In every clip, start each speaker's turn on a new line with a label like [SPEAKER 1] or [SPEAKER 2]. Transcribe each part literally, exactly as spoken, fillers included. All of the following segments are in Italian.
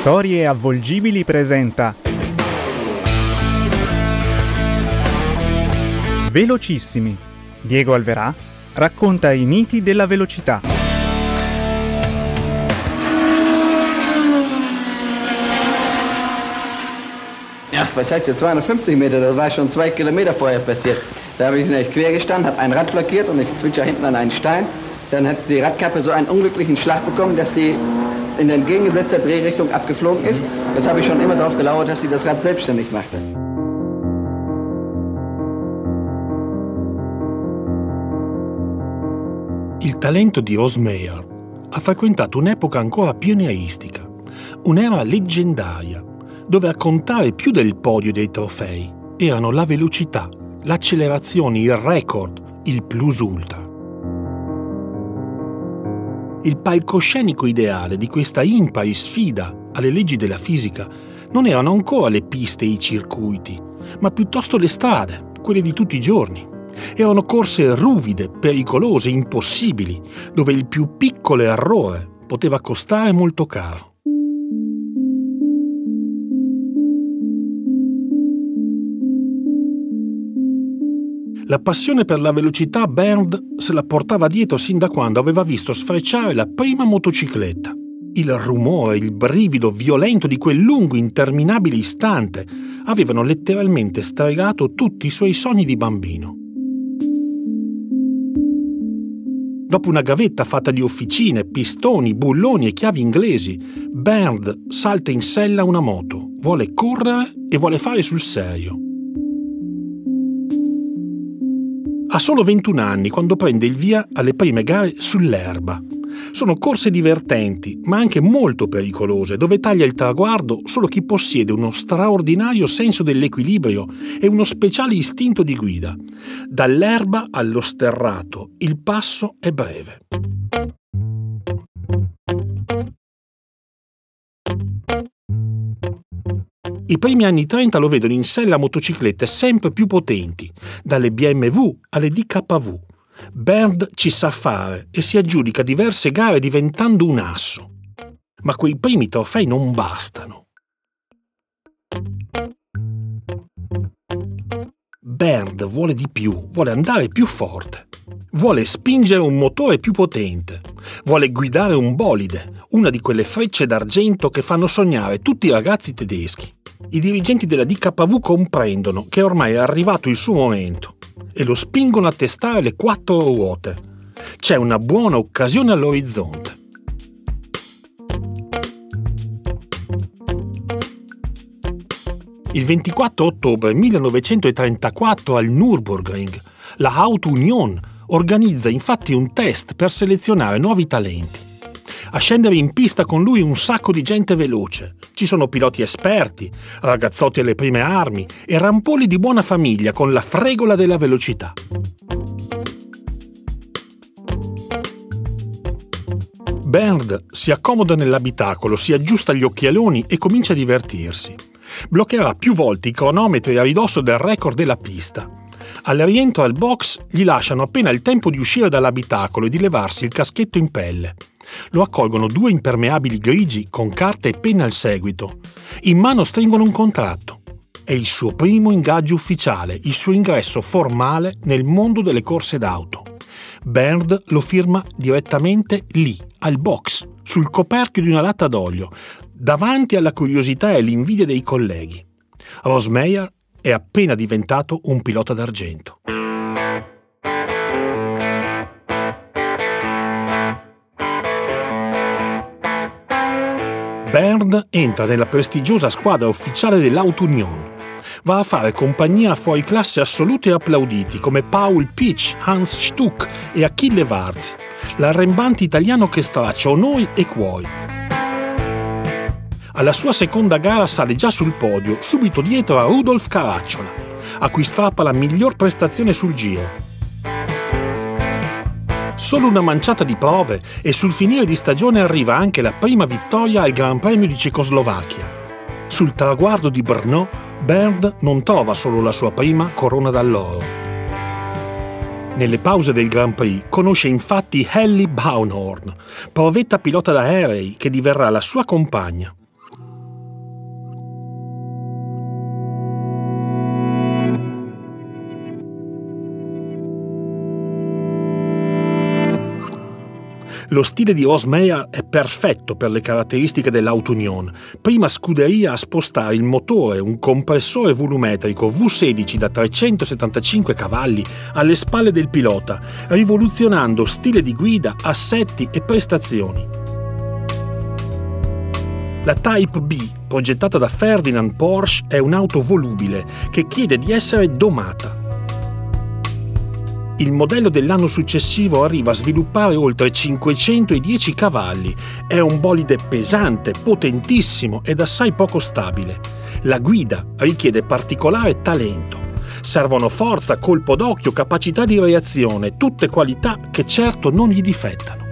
[SPEAKER 1] Storie Avvolgibili presenta Velocissimi. Diego Alverà racconta i miti della velocità.
[SPEAKER 2] Ja, was heißt jetzt zweihundertfünfzig Meter? Das war schon zwei Kilometer vorher passiert. Da habe ich nicht quer gestanden, habe ein Rad blockiert und ich zwitscher hinten an einen Stein. Dann hat die Radkappe so einen unglücklichen Schlag bekommen, dass sie in der entgegengesetzten Drehrichtung abgeflogen ist. Jetzt habe ich schon immer darauf gelauert, dass sie das Rad selbstständig machte.
[SPEAKER 3] Il talento di Ros Meyer ha frequentato un'epoca ancora pionieristica, un'era leggendaria, dove a contare più del podio dei trofei erano la velocità, l'accelerazione, il record, il plus ultra. Il palcoscenico ideale di questa impari sfida alle leggi della fisica non erano ancora le piste e i circuiti, ma piuttosto le strade, quelle di tutti i giorni. Erano corse ruvide, pericolose, impossibili, dove il più piccolo errore poteva costare molto caro. La passione per la velocità Bernd se la portava dietro sin da quando aveva visto sfrecciare la prima motocicletta. Il rumore, il brivido violento di quel lungo, interminabile istante avevano letteralmente stregato tutti i suoi sogni di bambino. Dopo una gavetta fatta di officine, pistoni, bulloni e chiavi inglesi, Bernd salta in sella una moto, vuole correre e vuole fare sul serio. Ha solo ventuno anni quando prende il via alle prime gare sull'erba. Sono corse divertenti, ma anche molto pericolose, dove taglia il traguardo solo chi possiede uno straordinario senso dell'equilibrio e uno speciale istinto di guida. Dall'erba allo sterrato, il passo è breve. I primi anni trenta lo vedono in sella a motociclette sempre più potenti, dalle B M W alle D K V. Bernd ci sa fare e si aggiudica diverse gare diventando un asso. Ma quei primi trofei non bastano. Bernd vuole di più, vuole andare più forte. Vuole spingere un motore più potente. Vuole guidare un bolide, una di quelle frecce d'argento che fanno sognare tutti i ragazzi tedeschi. I dirigenti della D K V comprendono che ormai è arrivato il suo momento e lo spingono a testare le quattro ruote. C'è una buona occasione all'orizzonte. Il ventiquattro ottobre millenovecentotrentaquattro al Nürburgring, la Auto Union organizza infatti un test per selezionare nuovi talenti. A scendere in pista con lui un sacco di gente veloce. Ci sono piloti esperti, ragazzotti alle prime armi e rampoli di buona famiglia con la fregola della velocità. Bernd si accomoda nell'abitacolo, si aggiusta gli occhialoni e comincia a divertirsi. Bloccherà più volte i cronometri a ridosso del record della pista. Al rientro al box gli lasciano appena il tempo di uscire dall'abitacolo e di levarsi il caschetto in pelle. Lo accolgono due impermeabili grigi con carta e penna al seguito. In mano stringono un contratto. È il suo primo ingaggio ufficiale, il suo ingresso formale nel mondo delle corse d'auto. Bernd lo firma direttamente lì, al box, sul coperchio di una latta d'olio, davanti alla curiosità e l'invidia dei colleghi. Ros Meyer è appena diventato un pilota d'argento. Bernd entra nella prestigiosa squadra ufficiale dell'Auto Union. Va a fare compagnia a fuoriclasse assolute e applauditi come Paul Pietsch, Hans Stuck e Achille Varzi, l'arrembante italiano che straccia onori e cuori. Alla sua seconda gara sale già sul podio, subito dietro a Rudolf Caracciola, a cui strappa la miglior prestazione sul giro. Solo una manciata di prove e sul finire di stagione arriva anche la prima vittoria al Gran Premio di Cecoslovacchia. Sul traguardo di Brno, Bernd non trova solo la sua prima corona d'alloro. Nelle pause del Grand Prix conosce infatti Helly Braunhorn, provetta pilota d'aerei che diverrà la sua compagna. Lo stile di Rosmeyer è perfetto per le caratteristiche dell'Auto Union, prima scuderia a spostare il motore, un compressore volumetrico V sedici da trecentosettantacinque cavalli alle spalle del pilota, rivoluzionando stile di guida, assetti e prestazioni. La Type B, progettata da Ferdinand Porsche, è un'auto volubile che chiede di essere domata. Il modello dell'anno successivo arriva a sviluppare oltre cinquecentodieci cavalli. È un bolide pesante, potentissimo ed assai poco stabile. La guida richiede particolare talento. Servono forza, colpo d'occhio, capacità di reazione, tutte qualità che certo non gli difettano.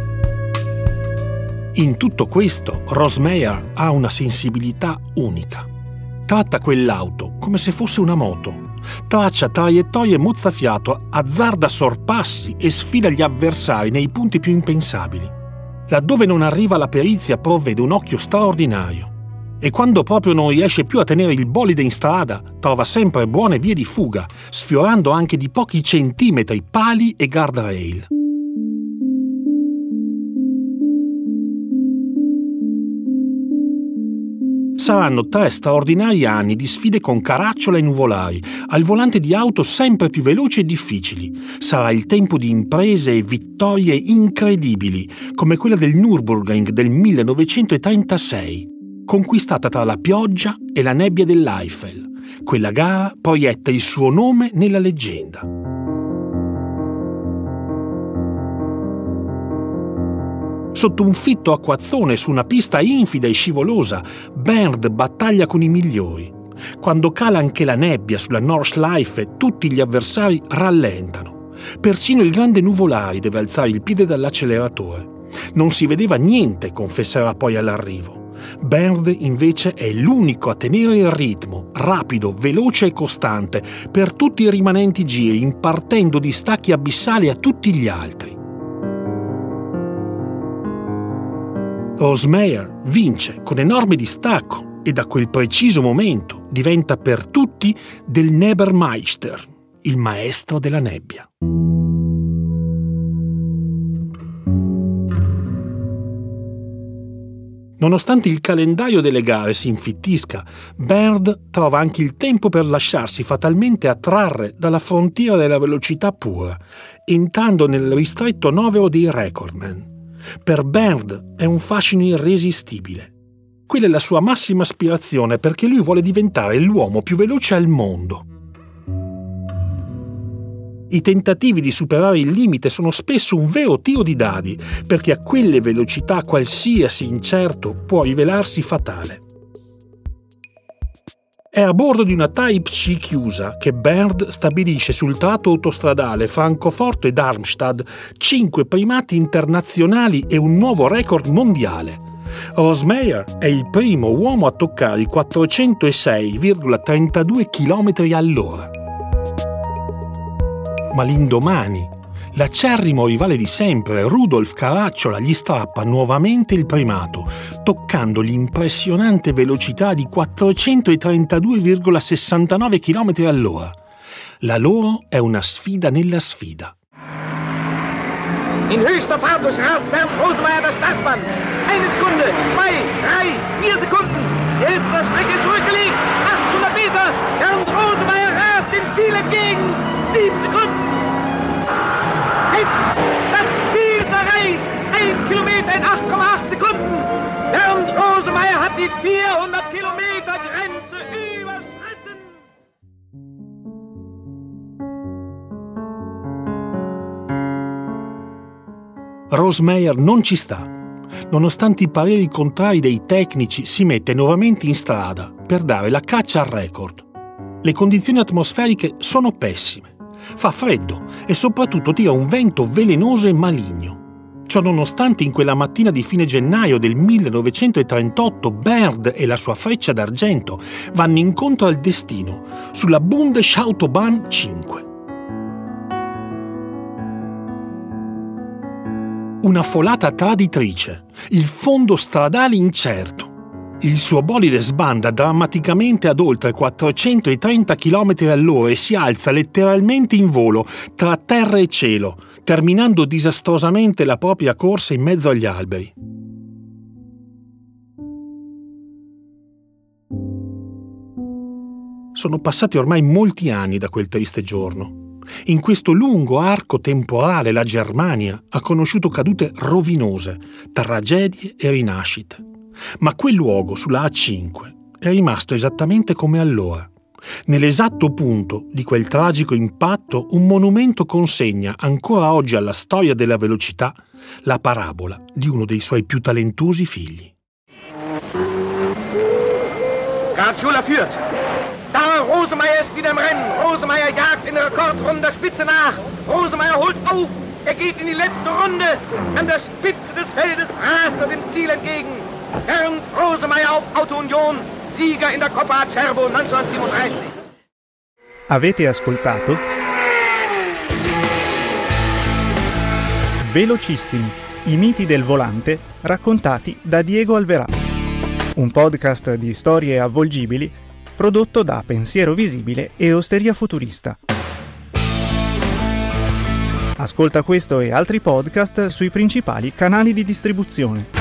[SPEAKER 3] In tutto questo, Rosmeyer ha una sensibilità unica. Tratta quell'auto come se fosse una moto. Traccia traiettorie mozzafiato, azzarda sorpassi e sfida gli avversari nei punti più impensabili. Laddove non arriva la perizia provvede un occhio straordinario. E quando proprio non riesce più a tenere il bolide in strada, trova sempre buone vie di fuga, sfiorando anche di pochi centimetri pali e guardrail. Saranno tre straordinari anni di sfide con caracciola e nuvolari, al volante di auto sempre più veloci e difficili. Sarà il tempo di imprese e vittorie incredibili, come quella del Nürburgring del millenovecentotrentasei, conquistata tra la pioggia e la nebbia dell'Eifel. Quella gara proietta il suo nome nella leggenda. Sotto un fitto acquazzone su una pista infida e scivolosa, Bernd battaglia con i migliori. Quando cala anche la nebbia sulla Nordschleife, tutti gli avversari rallentano. Persino il grande Nuvolari deve alzare il piede dall'acceleratore. Non si vedeva niente, confesserà poi all'arrivo. Bernd invece è l'unico a tenere il ritmo, rapido, veloce e costante, per tutti i rimanenti giri, impartendo distacchi abissali a tutti gli altri. Rosmeyer vince con enorme distacco e da quel preciso momento diventa per tutti del Nebermeister, il maestro della nebbia. Nonostante il calendario delle gare si infittisca, Bernd trova anche il tempo per lasciarsi fatalmente attrarre dalla frontiera della velocità pura, entrando nel ristretto novero dei recordman. Per Bernd è un fascino irresistibile. Quella è la sua massima aspirazione perché lui vuole diventare l'uomo più veloce al mondo. I tentativi di superare il limite sono spesso un vero tiro di dadi, perché a quelle velocità qualsiasi incerto può rivelarsi fatale. È a bordo di una Type C chiusa che Bernd stabilisce sul tratto autostradale Francoforte e Darmstadt cinque primati internazionali e un nuovo record mondiale. Rosmeyer è il primo uomo a toccare i quattrocentosei virgola trentadue chilometri all'ora. Ma l'indomani, l'acerrimo rivale di sempre, Rudolf Caracciola, gli strappa nuovamente il primato, toccando l'impressionante velocità di quattrocentotrentadue virgola sessantanove chilometri all'ora. La loro è una sfida nella sfida.
[SPEAKER 4] In höchster Fahrt durch rast Bernd Rosmeyer das Startband. Eine Sekunde, zwei, drei, vier Sekunden. Die Hälfte der Strecke ist zurückgelegt. achthundert Meter. Bernd Rosmeyer rast dem Ziel entgegen. Sieben Sekunden. Jetzt, das Ziel ist erreicht. Ein Kilometer in acht Komma acht Sekunden. Bernd Rosmeyer hat die vierhundert Kilometer Grenze überschritten.
[SPEAKER 3] Rosmeyer non ci sta. Nonostante i pareri contrari dei tecnici, si mette nuovamente in strada per dare la caccia al record. Le condizioni atmosferiche sono pessime. Fa freddo e soprattutto tira un vento velenoso e maligno. Ciò nonostante in quella mattina di fine gennaio del millenovecentotrentotto Bernd e la sua Freccia d'Argento vanno incontro al destino sulla Bundesautobahn cinque. Una folata traditrice, il fondo stradale incerto. Il suo bolide sbanda drammaticamente ad oltre quattrocentotrenta chilometri all'ora e si alza letteralmente in volo tra terra e cielo, terminando disastrosamente la propria corsa in mezzo agli alberi. Sono passati ormai molti anni da quel triste giorno. In questo lungo arco temporale la Germania ha conosciuto cadute rovinose, tragedie e rinascite. Ma quel luogo sulla A cinque è rimasto esattamente come allora. Nell'esatto punto di quel tragico impatto, un monumento consegna ancora oggi alla storia della velocità la parabola di uno dei suoi più talentuosi figli.
[SPEAKER 4] Garciulla führt. Da Rosemeyer ist wieder im Rennen. Rosemeyer jagt in der Rekordrunde der Spitze nach. Rosemeyer holt auf. Er geht in die letzte Runde. An der Spitze des Feldes rast er dem Ziel entgegen. Bernd Rosemeyer auf Auto Union, Sieger in der Coppa Acerbo neunzehnhundertsiebenunddreißig.
[SPEAKER 1] Avete ascoltato Velocissimi, i miti del volante raccontati da Diego Alverà. Un podcast di storie avvolgibili prodotto da Pensiero Visibile e Osteria Futurista. Ascolta questo e altri podcast sui principali canali di distribuzione.